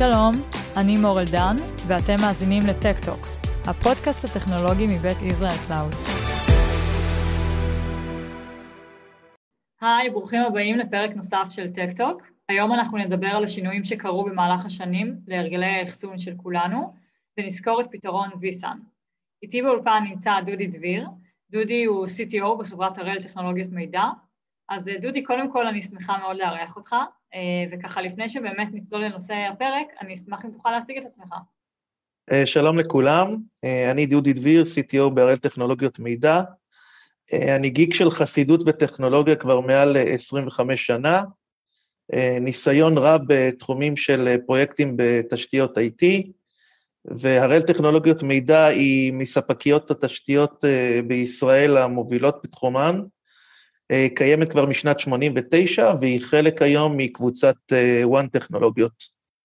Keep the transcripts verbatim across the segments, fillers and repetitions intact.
שלום, אני מור אלדן, ואתם מאזינים לטק-טוק, הפודקאסט הטכנולוגי מבית ישראל קלאוד. היי, ברוכים הבאים לפרק נוסף של טק-טוק. היום אנחנו נדבר על השינויים שקרו במהלך השנים להרגלי האחסון של כולנו, ונזכור את פתרון ויסן. איתי באולפן נמצא דודי דביר. דודי הוא סי טי או בחברת הראל טכנולוגיות מידע. אז דודי, קודם כל אני שמחה מאוד לארח אותך, וככה לפני שבאמת נצלול לנושא הפרק, אני אשמח אם תוכל להציג את עצמך. שלום לכולם, אני דודי דביר, סי טי או בהראל טכנולוגיות מידע. אני גיג של חסידות וטכנולוגיה כבר מעל עשרים וחמש שנה, ניסיון רב בתחומים של פרויקטים בתשתיות איי טי, והראל טכנולוגיות מידע היא מספקיות התשתיות בישראל המובילות בתחומן, קיימת כבר משנת שמונים ותשע, והיא חלק היום מקבוצת וואן טכנולוגיות.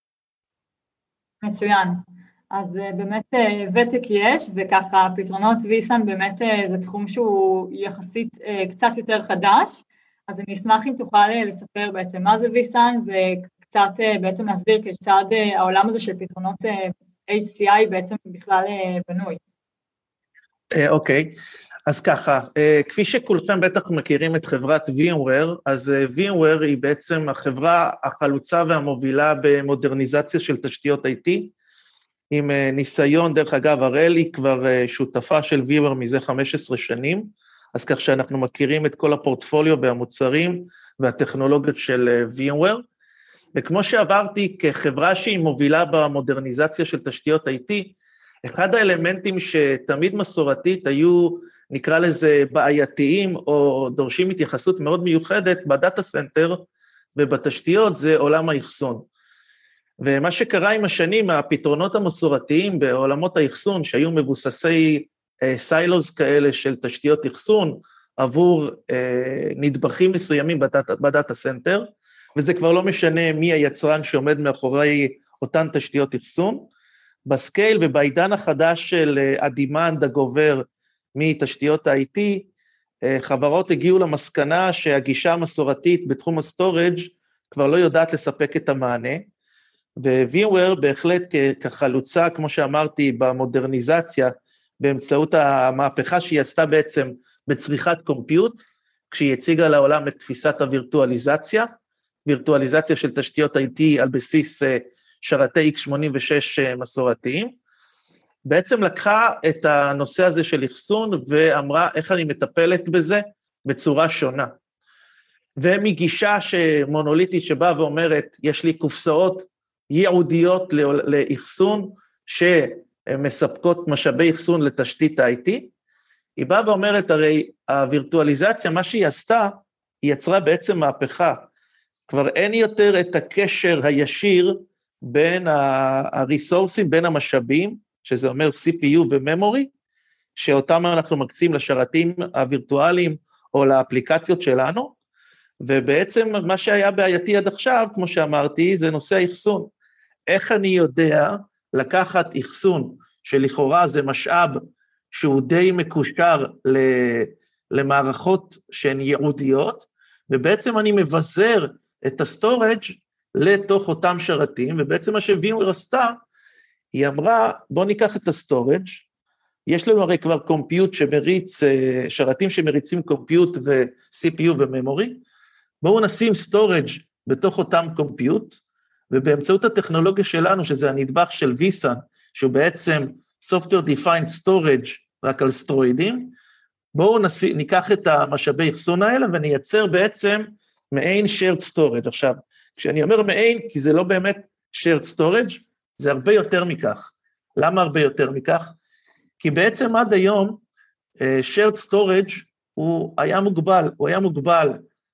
מצוין. אז באמת ותק יש, וככה פתרונות ויסן באמת זה תחום שהוא יחסית קצת יותר חדש, אז אני אשמח אם תוכל לספר בעצם מה זה ויסן, וקצת בעצם להסביר כיצד העולם הזה של פתרונות אייץ' סי איי בעצם בכלל בנוי. אוקיי. אז ככה, כפי שכולכם בטח מכירים את חברת VMware, אז VMware היא בעצם החברה החלוצה והמובילה במודרניזציה של תשתיות איי טי, עם ניסיון, דרך אגב, הראל היא כבר שותפה של VMware מזה חמש עשרה שנים, אז כך שאנחנו מכירים את כל הפורטפוליו והמוצרים והטכנולוגיות של VMware, וכמו שעברתי כחברה שהיא מובילה במודרניזציה של תשתיות איי טי, אחד האלמנטים שתמיד מסורתית היו, נקרא לזה בעייתיים, או דורשים התייחסות מאוד מיוחדת בדאטה סנטר ובתשתיות, זה עולם האחסון. ומה שקרה עם השנים, הפתרונות המסורתיים בעולמות האחסון, שהיו מבוססי אה, סיילוז כאלה של תשתיות אחסון, עבור אה, נדבכים מסוימים בדאטה, בדאטה סנטר, וזה כבר לא משנה מי היצרן שעומד מאחורי אותן תשתיות אחסון, בסקייל ובעידן החדש של הדימנד הגובר מתשתיות ה-איי טי, חברות הגיעו למסקנה שהגישה המסורתית בתחום הסטורג' כבר לא יודעת לספק את המענה, ו-VMware בהחלט כחלוצה, כמו שאמרתי, במודרניזציה, באמצעות המהפכה שהיא עשתה בעצם בצריכת קומפיוט, כשהיא הציגה לעולם את תפיסת הווירטואליזציה, וירטואליזציה של תשתיות איי טי על בסיס שרתי איקס שמונים ושש מסורתיים, בעצם לקחה את הנושא הזה של אחסון, ואמרה איך אני מטפלת בזה בצורה שונה. ומגישה שמונוליטית שבאה ואומרת, יש לי קופסאות ייעודיות לאחסון, שמספקות משאבי אחסון לתשתית ה-איי טי, היא באה ואומרת, הרי הווירטואליזציה, מה שהיא עשתה, היא יצרה בעצם מהפכה, כבר אין יותר את הקשר הישיר, בין הריסורסים, בין המשאבים, שזה אומר סי פי יו וממורי, שאותם אנחנו מקצים לשרתים הווירטואליים, או לאפליקציות שלנו, ובעצם מה שהיה בעייתי עד עכשיו, כמו שאמרתי, זה נושא האחסון. איך אני יודע לקחת אחסון, שלכאורה זה משאב, שהוא די מקושר למערכות שהן ייעודיות, ובעצם אני מבזר את הסטורג' לתוך אותם שרתים, ובעצם מה ש-VMware עשתה, היא אמרה, בוא ניקח את הסטורג', יש לנו הרי כבר קומפיוט שמריץ, שרתים שמריצים קומפיוט ו-סי פי יו וממורי, בואו נשים סטורג' בתוך אותם קומפיוט, ובאמצעות הטכנולוגיה שלנו, שזה הנדבך של ויסן, שהוא בעצם Software Defined Storage, רק על סטרואידים, בואו ניקח את המשאבי אחסון האלה, ונייצר בעצם מעין shared storage. עכשיו, כשאני אומר מעין, כי זה לא באמת shared storage, זה הרבה יותר מכך. למה הרבה יותר מכך? כי בעצם עד היום, shared storage הוא היה מוגבל, הוא היה מוגבל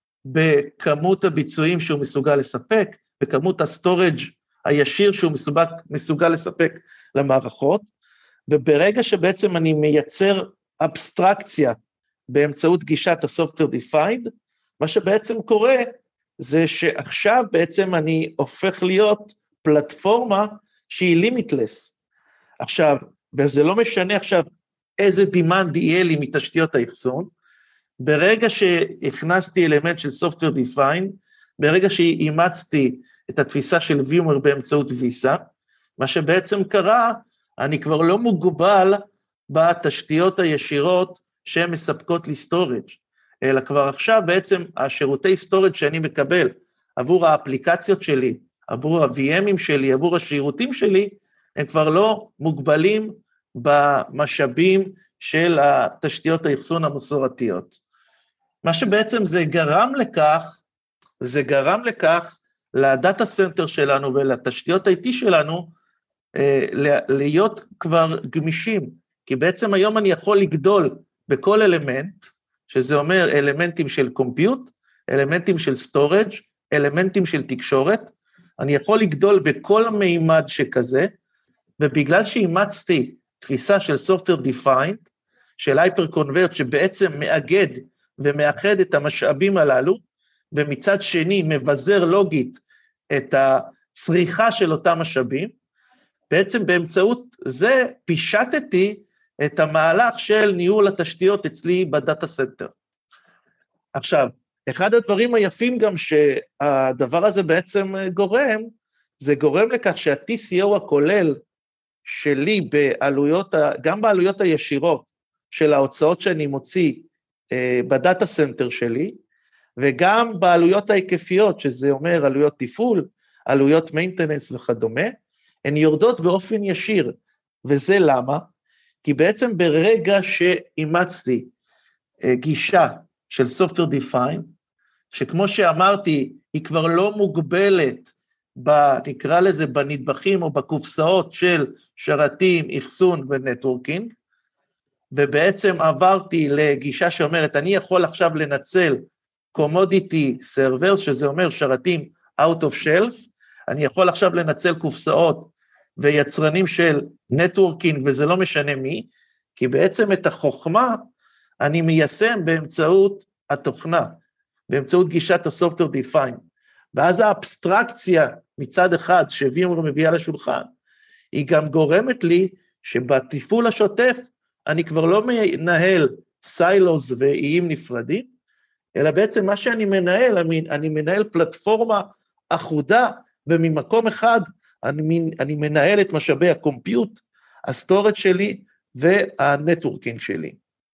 בכמות הביצועים שהוא מסוגל לספק, בכמות הסטורג' הישיר שהוא מסוגל, מסוגל לספק למערכות, וברגע שבעצם אני מייצר אבסטרקציה באמצעות גישת ה-Software Defined, מה שבעצם קורה, זה שעכשיו בעצם אני הופך להיות פלטפורמה שהיא לימיטלס. עכשיו, וזה לא משנה עכשיו איזה דימנד יהיה לי מתשתיות האחסון, ברגע שהכנסתי אלמנט של Software Defined, ברגע שאימצתי את התפיסה של VMware באמצעות ויסה, מה שבעצם קרה, אני כבר לא מוגבל בתשתיות הישירות שהן מספקות לי סטורג', אלא כבר עכשיו בעצם השירותי סטורג' שאני מקבל עבור האפליקציות שלי, עבור ה-וי אמים שלי, עבור השירותים שלי, הם כבר לא מוגבלים במשאבים של התשתיות האחסון המסורתיות. מה שבעצם זה גרם לכך, זה גרם לכך לדאטה סנטר שלנו ולתשתיות איי טי שלנו, להיות כבר גמישים, כי בעצם היום אני יכול לגדול בכל אלמנט, שזה אומר אלמנטים של קומפיוט, אלמנטים של סטורג', אלמנטים של תקשורת, אני יכול לגדול בכל מימד שכזה, ובגלל שאימצתי תפיסה של Software Defined, של Hyper-Convert, שבעצם מאגד ומאחד את המשאבים הללו, ומצד שני מבזר לוגית את הצריכה של אותם משאבים, בעצם באמצעות זה פישטתי את המהלך של ניהול התשתיות אצלי בדאטה סנטר. עכשיו, אחד הדברים היפים גם שהדבר הזה בעצם גורם, זה גורם לכך שה-טי סי או הכולל שלי בעלויות, גם בעלויות הישירות של ההוצאות שאני מוציא בדאטה סנטר שלי, וגם בעלויות ההיקפיות, שזה אומר עלויות טיפול, עלויות מיינטננס וכדומה, הן יורדות באופן ישיר, וזה למה? כי בעצם ברגע שאימצתי גישה של Software Defined, שכמו שאמרתי, היא כבר לא מוגבלת, נקרא לזה בנדבכים או בקופסאות של שרתים, אחסון ונטוורקינג, ובעצם עברתי לגישה שאומרת, אני יכול עכשיו לנצל commodity servers, שזה אומר שרתים out of shelf, אני יכול עכשיו לנצל קופסאות ויצרנים של נטוורקינג, וזה לא משנה מי, כי בעצם את החוכמה אני מיישם באמצעות התוכנה, באמצעות גישת ה-Software Defined, ואז האבסטרקציה מצד אחד ש-VMware מביאה לשולחן, היא גם גורמת לי שבטיפול השוטף, אני כבר לא מנהל סיילוס ואיים נפרדים, אלא בעצם מה שאני מנהל, אני מנהל פלטפורמה אחודה, וממקום אחד אני, אני מנהל את משאבי הקומפיוט, הסטורג' שלי והנטוורקינג שלי.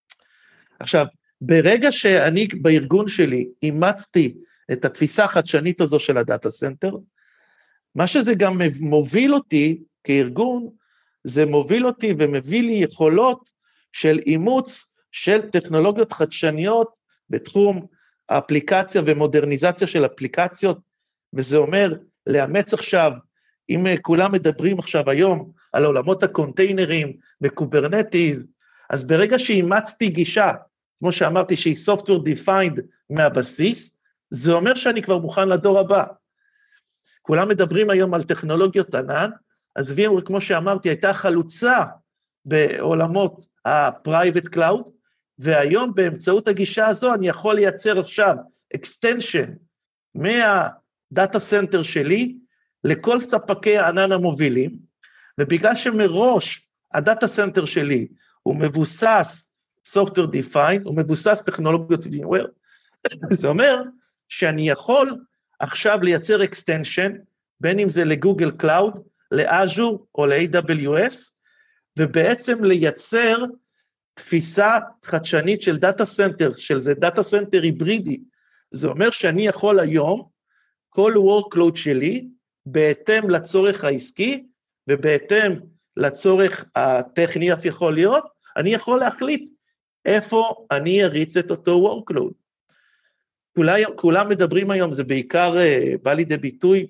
עכשיו, ברגע שאני בארגון שלי אימצתי את התפיסה החדשנית הזו של הדאטה סנטר, מה שזה גם מוביל אותי כארגון, זה מוביל אותי ומביא לי יכולות של אימוץ של טכנולוגיות חדשניות בתחום האפליקציה ומודרניזציה של אפליקציות, וזה אומר לאמץ עכשיו, אם כולם מדברים עכשיו היום על עולמות הקונטיינרים וקוברנטיז, אז ברגע שאימצתי גישה, כמו שאמרתי שהיא Software Defined מהבסיס, זה אומר שאני כבר מוכן לדור הבא. כולם מדברים היום על טכנולוגיות ענן, אז VMware, כמו שאמרתי, הייתה חלוצה בעולמות ה-Private Cloud, והיום באמצעות הגישה הזו אני יכול לייצר עכשיו extension מהדאטה סנטר שלי לכל ספקי הענן המובילים, ובגלל שמראש הדאטה סנטר שלי הוא מבוסס Software Defined, הוא מבוסס טכנולוגיות VMware, זה אומר שאני יכול עכשיו לייצר extension, בין אם זה לגוגל קלאוד, לאז'ור או ל-איי דאבליו אס, ובעצם לייצר תפיסה חדשנית של דאטה סנטר, של זה דאטה סנטר היברידי, זה אומר שאני יכול היום, כל workload שלי, בהתאם לצורך העסקי, ובהתאם לצורך הטכני אף יכול להיות, אני יכול להחליט איפה אני אריץ את אותו workload. כולם, כולם מדברים היום, זה בעיקר בא לידי ביטוי,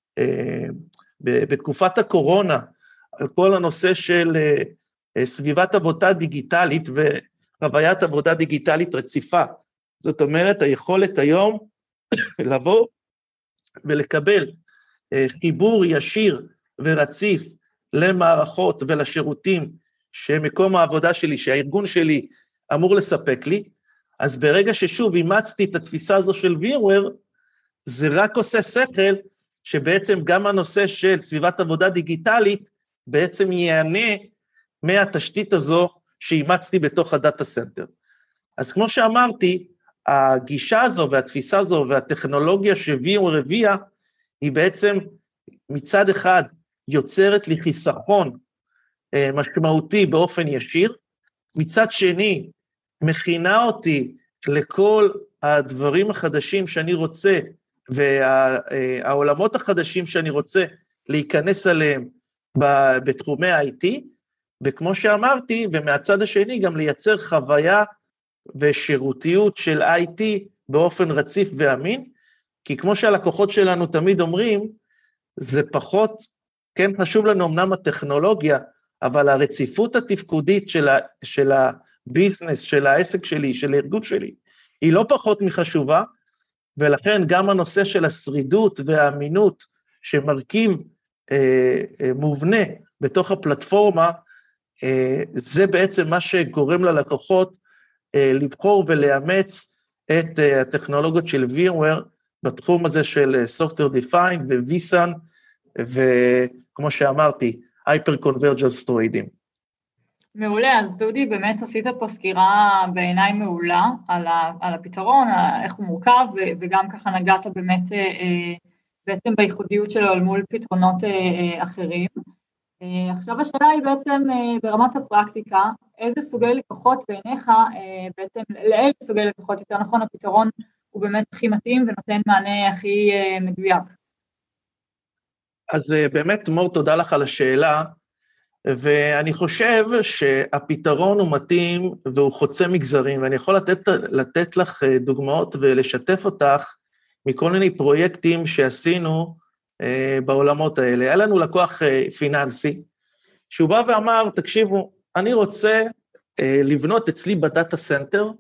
בתקופת הקורונה, על כל הנושא של סביבת עבודה דיגיטלית וחוויית עבודה דיגיטלית רציפה. זאת אומרת, היכולת היום לבוא ולקבל חיבור ישיר ורציף למערכות ולשירותים שמקום העבודה שלי, שהארגון שלי אמור לספק לי, אז ברגע ששוב אימצתי את התפיסה הזו של VMware, זה רק עושה שכל שבעצם גם הנושא של סביבת עבודה דיגיטלית בעצם יענה מהתשתית הזו שאימצתי בתוך הדאטה סנטר. אז כמו שאמרתי, הגישה הזו והתפיסה הזו והטכנולוגיה ש-VMware הביאה, היא בעצם מצד אחד יוצרת לי חיסכון משמעותי באופן ישיר, מצד שני מכינה אותי לכל הדברים החדשים שאני רוצה, והעולמות החדשים שאני רוצה להיכנס עליהם בתחומי ה-איי טי, וכמו שאמרתי, ומהצד השני גם לייצר חוויה ושירותיות של איי טי באופן רציף ואמין, כי כמו שהלקוחות שלנו תמיד אומרים, זה פחות, כן חשוב לנו אמנם הטכנולוגיה, אבל הרציפות התפקודית של, ה, של הביזנס, של העסק שלי, של הארגון שלי, היא לא פחות מחשובה, ולכן גם הנושא של השרידות והאמינות שמרכיב אה, אה, מובנה בתוך הפלטפורמה, אה, זה בעצם מה שגורם ללקוחות אה, לבחור ולאמץ את אה, הטכנולוגיות של VMware בתחום הזה של Software Defined ו-vSAN, וכמו שאמרתי, Hyper-Converged סטרואידים. מעולה, אז דודי, באמת עשית פה סקירה בעיניי מעולה על, ה, על הפתרון, על איך הוא מורכב, ו, וגם ככה נגעת באמת אה, בעצם בייחודיות שלו על מול פתרונות אה, אחרים. אה, עכשיו השאלה היא בעצם אה, ברמת הפרקטיקה, איזה סוגי לקוחות בעיניך, אה, בעצם לאיזה סוגי לקוחות, יותר נכון הפתרון הוא באמת הכי מתאים ונותן מענה הכי אה, מדויק. אז אה, באמת מור, תודה לך על השאלה, ואני חושב שהפתרון הוא מתאים והוא חוצה מגזרים, ואני יכול לתת, לתת לך דוגמאות ולשתף אותך מכל מיני פרויקטים שעשינו אה, בעולמות האלה. היה לנו לקוח אה, פיננסי, שהוא בא ואמר, תקשיבו, אני רוצה אה, לבנות אצלי בדאטה סנטר,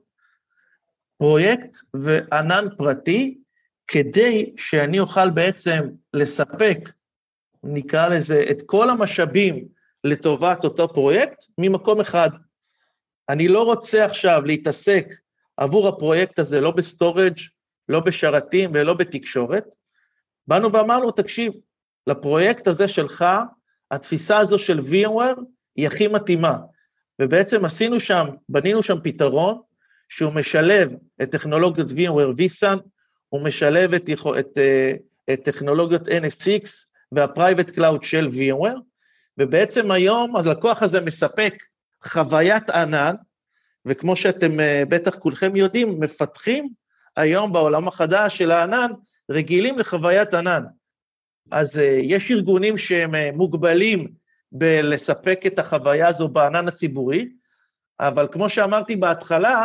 פרויקט וענן פרטי, כדי שאני אוכל בעצם לספק, נקרא לזה, את כל המשאבים, לטובת אותו פרויקט, ממקום אחד. אני לא רוצה עכשיו להתעסק עבור הפרויקט הזה, לא בסטורג', לא בשרתים ולא בתקשורת. באנו ואמרנו, תקשיב, לפרויקט הזה שלך, התפיסה הזו של VMware היא הכי מתאימה, ובעצם עשינו שם, בנינו שם פתרון, שהוא משלב את טכנולוגיות VMware vSAN, הוא משלב את, את, את טכנולוגיות N S X וה-Private Cloud של VMware, ובעצם היום הלקוח הזה מספק חוויית ענן, וכמו שאתם בטח כולכם יודעים, מפתחים היום בעולם החדש של הענן, רגילים לחוויית ענן. אז יש ארגונים שהם מוגבלים בלספק את החוויה הזו בענן הציבורי, אבל כמו שאמרתי בהתחלה,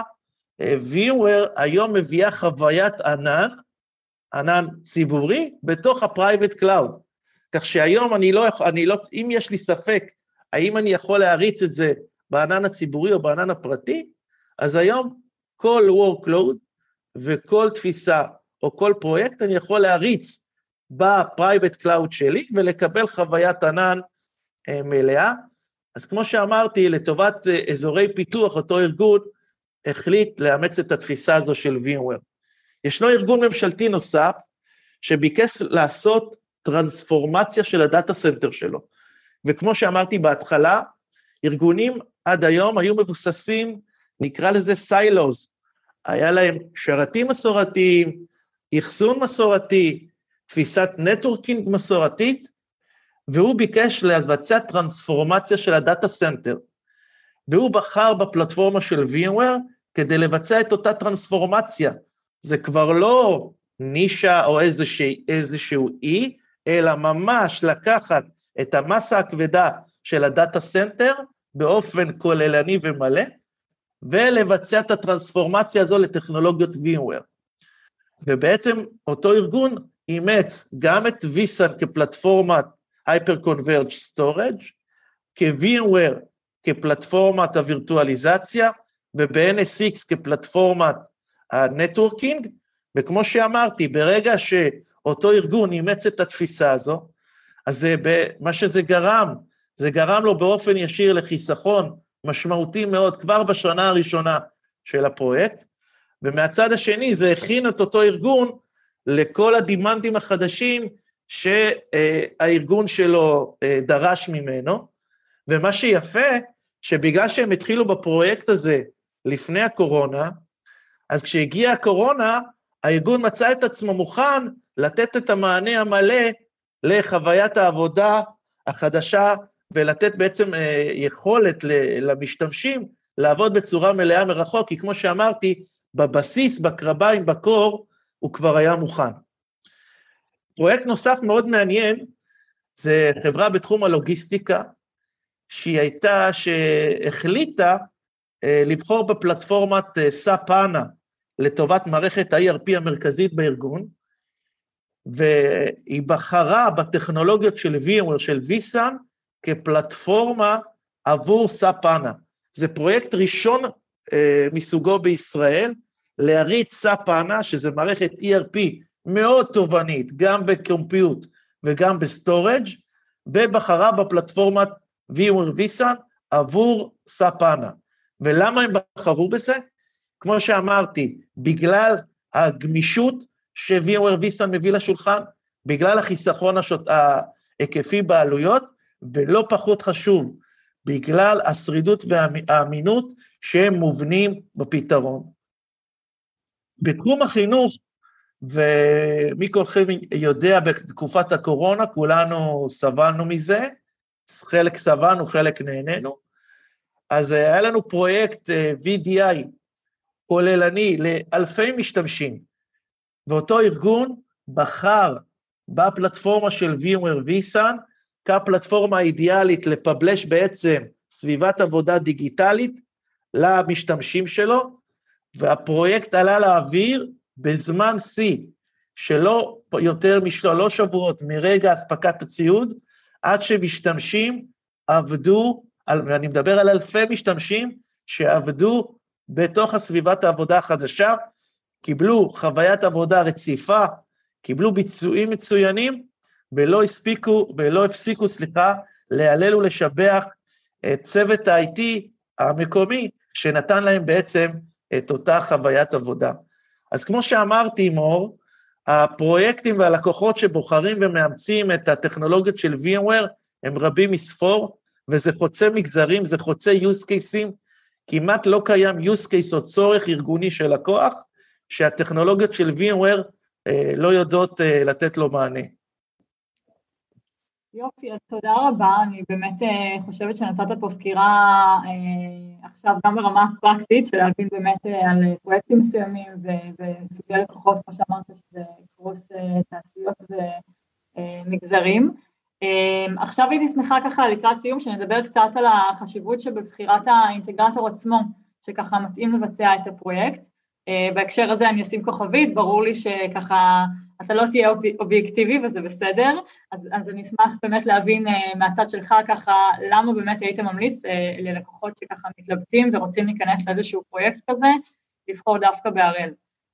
VMware היום מביאה חוויית ענן, ענן ציבורי, בתוך ה-Private Cloud. כך שהיום אני לא, אני לא, אם יש לי ספק, האם אני יכול להריץ את זה בענן הציבורי או בענן הפרטי, אז היום כל workload וכל תפיסה או כל פרויקט אני יכול להריץ ב-Private Cloud שלי ולקבל חוויית ענן אה, מלאה. אז כמו שאמרתי, לטובת אה, אזורי פיתוח, אותו ארגון החליט לאמץ את התפיסה הזו של VMware. ישנו ארגון ממשלתי נוסף שביקש לעשות טרנספורמציה של הדאטה סנטר שלו. וכמו שאמרתי בהתחלה, ארגונים עד היום היו מבוססים, נקרא לזה סיילוז, היה להם שרתים מסורתיים, אחסון מסורתי, תפיסת נטוורקינג מסורתית, והוא ביקש לבצע טרנספורמציה של הדאטה סנטר, והוא בחר בפלטפורמה של VMware כדי לבצע את אותה טרנספורמציה. זה כבר לא נישה או איזשהו, איזשהו אי, אלא ממש לקחת את המסה הכבדה של הדאטה סנטר באופן כוללני ומלא, ולבצע את הטרנספורמציה הזו לטכנולוגיות VMware. ובעצם אותו ארגון אימץ גם את vSAN כפלטפורמת Hyper-Converged Storage, כ-VMware כפלטפורמת הווירטואליזציה, וב-N S X כפלטפורמת הנטוורקינג, וכמו שאמרתי, ברגע שאותו ארגון אימץ את התפיסה הזו, אז זה, מה שזה גרם, זה גרם לו באופן ישיר לחיסכון משמעותי מאוד, כבר בשנה הראשונה של הפרויקט, ומהצד השני זה הכין את אותו ארגון לכל הדימנדים החדשים שהארגון שלו דרש ממנו, ומה שיפה, שבגלל שהם התחילו בפרויקט הזה לפני הקורונה, אז כשהגיעה הקורונה, הארגון מצא את עצמו מוכן לתת את המענה המלא לחוויית העבודה החדשה, ולתת בעצם יכולת למשתמשים לעבוד בצורה מלאה מרחוק, כי כמו שאמרתי, בבסיס, בקרביים, בקור, הוא כבר היה מוכן. פרויקט נוסף מאוד מעניין, זה חברה בתחום הלוגיסטיקה, שהיא הייתה, שהחליטה לבחור בפלטפורמת סאפ-אנה, לטובת מערכת ה-E R P המרכזית בארגון, והיא בחרה בטכנולוגיות של VMware, של ויסן, כפלטפורמה עבור סאפ-אנה. זה פרויקט ראשון אה, מסוגו בישראל, להריץ סאפ-אנה, שזה מערכת E R P מאוד תובנית, גם בקומפיוט וגם בסטורג', ובחרה בפלטפורמת VMware ויסן עבור סאפ-אנה. ולמה הם בחרו בזה? כמו שאמרתי, בגלל הגמישות ש-VMware ויסן מביא לשולחן, בגלל החיסכון השוט... ההיקפי בעלויות, ולא פחות חשוב, בגלל השרידות והאמינות שהם מובנים בפתרון. בתחום החינוך, ומי כולכם יודע, בתקופת הקורונה, כולנו סבלנו מזה, חלק סבלנו, חלק נהנינו, אז היה לנו פרויקט V D I, כוללני לאלפי משתמשים, ואותו ארגון בחר בפלטפורמה של VMware ויסן, כפלטפורמה האידיאלית לפבלש בעצם סביבת עבודה דיגיטלית למשתמשים שלו, והפרויקט עלה לאוויר בזמן C, שלא יותר משלוש שבועות מרגע הספקת הציוד, עד שמשתמשים עבדו, ואני מדבר על אלפי משתמשים שעבדו בתוך הסביבת העבודה החדשה, קיבלו חוויית עבודה רציפה, קיבלו ביצועים מצוינים, ולא הספיקו, ולא הפסיקו, סליחה, להלל ולשבח את צוות ה-איי טי המקומי, שנתן להם בעצם את אותה חוויית עבודה. אז כמו שאמרתי, מור, הפרויקטים והלקוחות שבוחרים ומאמצים את הטכנולוגיות של VMware, הם רבים מספור, וזה חוצה מגזרים, זה חוצה use cases, כמעט לא קיים use case או צורך ארגוני של לקוח, שהטכנולוגיות של VMware אה, לא יודעות אה, לתת לו מענה. יופי, אז תודה רבה, אני באמת אה, חושבת שנתת פה סקירה אה, עכשיו גם ברמה פרקטית, של להבין באמת אה, על פרויקטים מסוימים וסוגי לקוחות, כמו שאמרת, שזה קרוס אה, תעשיות ומגזרים. אה, עכשיו הייתי שמחה ככה לקראת סיום, שנדבר קצת על החשיבות שבבחירת האינטגרטור עצמו, שככה מתאים לבצע את הפרויקט. Uh, בהקשר הזה אני אשים כוכבית, ברור לי שככה אתה לא תהיה אוב, אובייקטיבי וזה בסדר, אז, אז אני אשמח באמת להבין uh, מהצד שלך ככה, למה באמת היית ממליץ uh, ללקוחות שככה מתלבטים ורוצים להיכנס לאיזשהו פרויקט כזה, לבחור דווקא בהראל.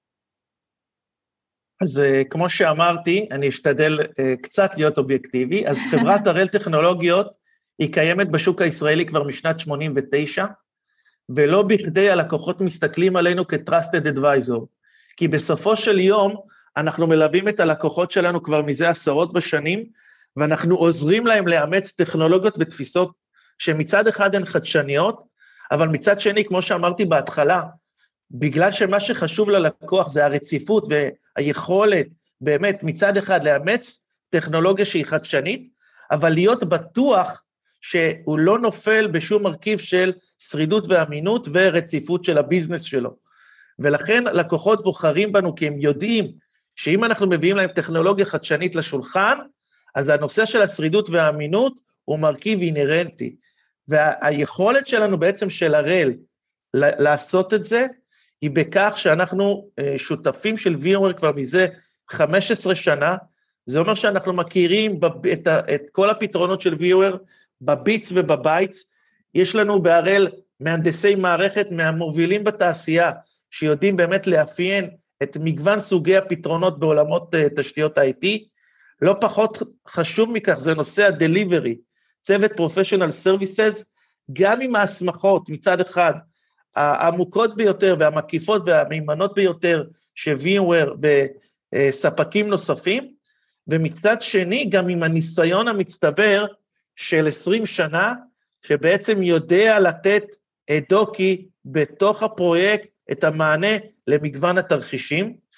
אז uh, כמו שאמרתי, אני אשתדל uh, קצת להיות אובייקטיבי, אז חברת הראל טכנולוגיות היא קיימת בשוק הישראלי כבר משנת שמונים ותשע, ולא בכדי הלקוחות מסתכלים עלינו כ-Trusted Advisor, כי בסופו של יום אנחנו מלווים את הלקוחות שלנו כבר מזה עשרות בשנים, ואנחנו עוזרים להם לאמץ טכנולוגיות ותפיסות שמצד אחד הן חדשניות, אבל מצד שני, כמו שאמרתי בהתחלה, בגלל שמה שחשוב ללקוח זה הרציפות והיכולת באמת מצד אחד לאמץ טכנולוגיה שהיא חדשנית, אבל להיות בטוח שהוא לא נופל בשום מרכיב של שרידות ואמינות ורציפות של הביזנס שלו. ולכן לקוחות בוחרים בנו כי הם יודעים שאם אנחנו מביאים להם טכנולוגיה חדשנית לשולחן, אז הנושא של השרידות והאמינות הוא מרכיב אינרנטי. והיכולת שלנו בעצם של הראל לעשות את זה, היא בכך שאנחנו שותפים של VMware כבר מזה חמש עשרה שנה, זה אומר שאנחנו מכירים את, את כל הפתרונות של VMware בביטס ובבייטס, יש לנו בהראל מהנדסי מערכת מהמובילים בתעשייה, שיודעים באמת לאפיין את מגוון סוגי הפתרונות בעולמות uh, תשתיות ה-איי טי, לא פחות חשוב מכך, זה נושא ה-delivery, צוות professional services, גם עם ההסמכות מצד אחד, העמוקות ביותר והמקיפות והמימנות ביותר, ש-VMware וספקים נוספים, ומצד שני גם עם הניסיון המצטבר של עשרים שנה, שבעצם יודע לתת דוקי בתוך הפרויקט את המענה למגוון התרחישים,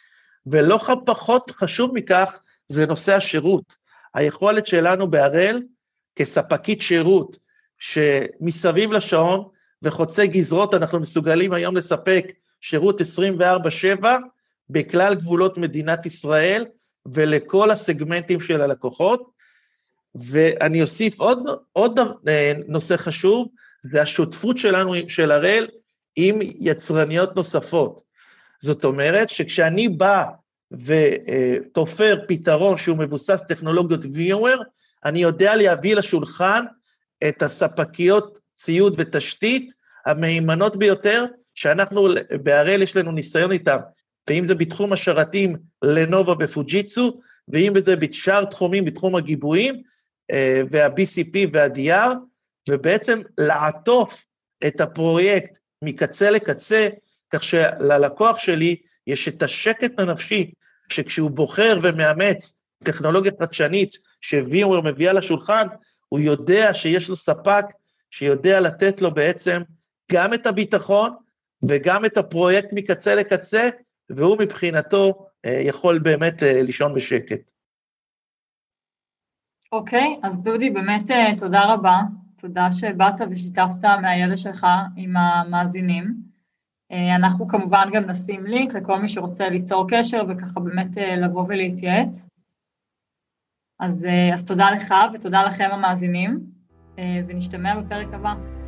ולא פחות חשוב מכך, זה נושא השירות. היכולת שלנו בהראל, כספקית שירות, שמסביב לשעון וחוצה גזרות, אנחנו מסוגלים היום לספק שירות עשרים וארבע שבע, בכלל גבולות מדינת ישראל, ולכל הסגמנטים של הלקוחות, ואני אוסיף עוד, עוד נושא חשוב, זה השותפות שלנו של הראל, עם יצרניות נוספות. זאת אומרת שכשאני בא ותופר פתרון שהוא מבוסס טכנולוגיות VMware, אני יודע להביא לשולחן את הספקיות ציוד ותשתית המהימנות ביותר, שאנחנו בהראל יש לנו ניסיון איתם, ואם זה בתחום השרתים לנובה ופוג'יצו, ואם זה בשאר תחומים בתחום הגיבויים, וה-בי סי פי וה-די אר, ובעצם לעטוף את הפרויקט מקצה לקצה, כך שללקוח שלי יש את השקט הנפשי, שכשהוא בוחר ומאמץ טכנולוגיה חדשנית ש-VMware מביאה לשולחן, הוא יודע שיש לו ספק, שיודע לתת לו בעצם גם את הביטחון, וגם את הפרויקט מקצה לקצה, והוא מבחינתו יכול באמת לישון בשקט. אוקיי, אז דודי, באמת תודה רבה, תודה שבאת ושיתפת מהידע שלך עם המאזינים. אנחנו כמובן גם נשים לינק לכל מי שרוצה ליצור קשר, וככה באמת לבוא ולהתייעץ. אז, אז תודה לך ותודה לכם המאזינים, ונשתמע בפרק הבא.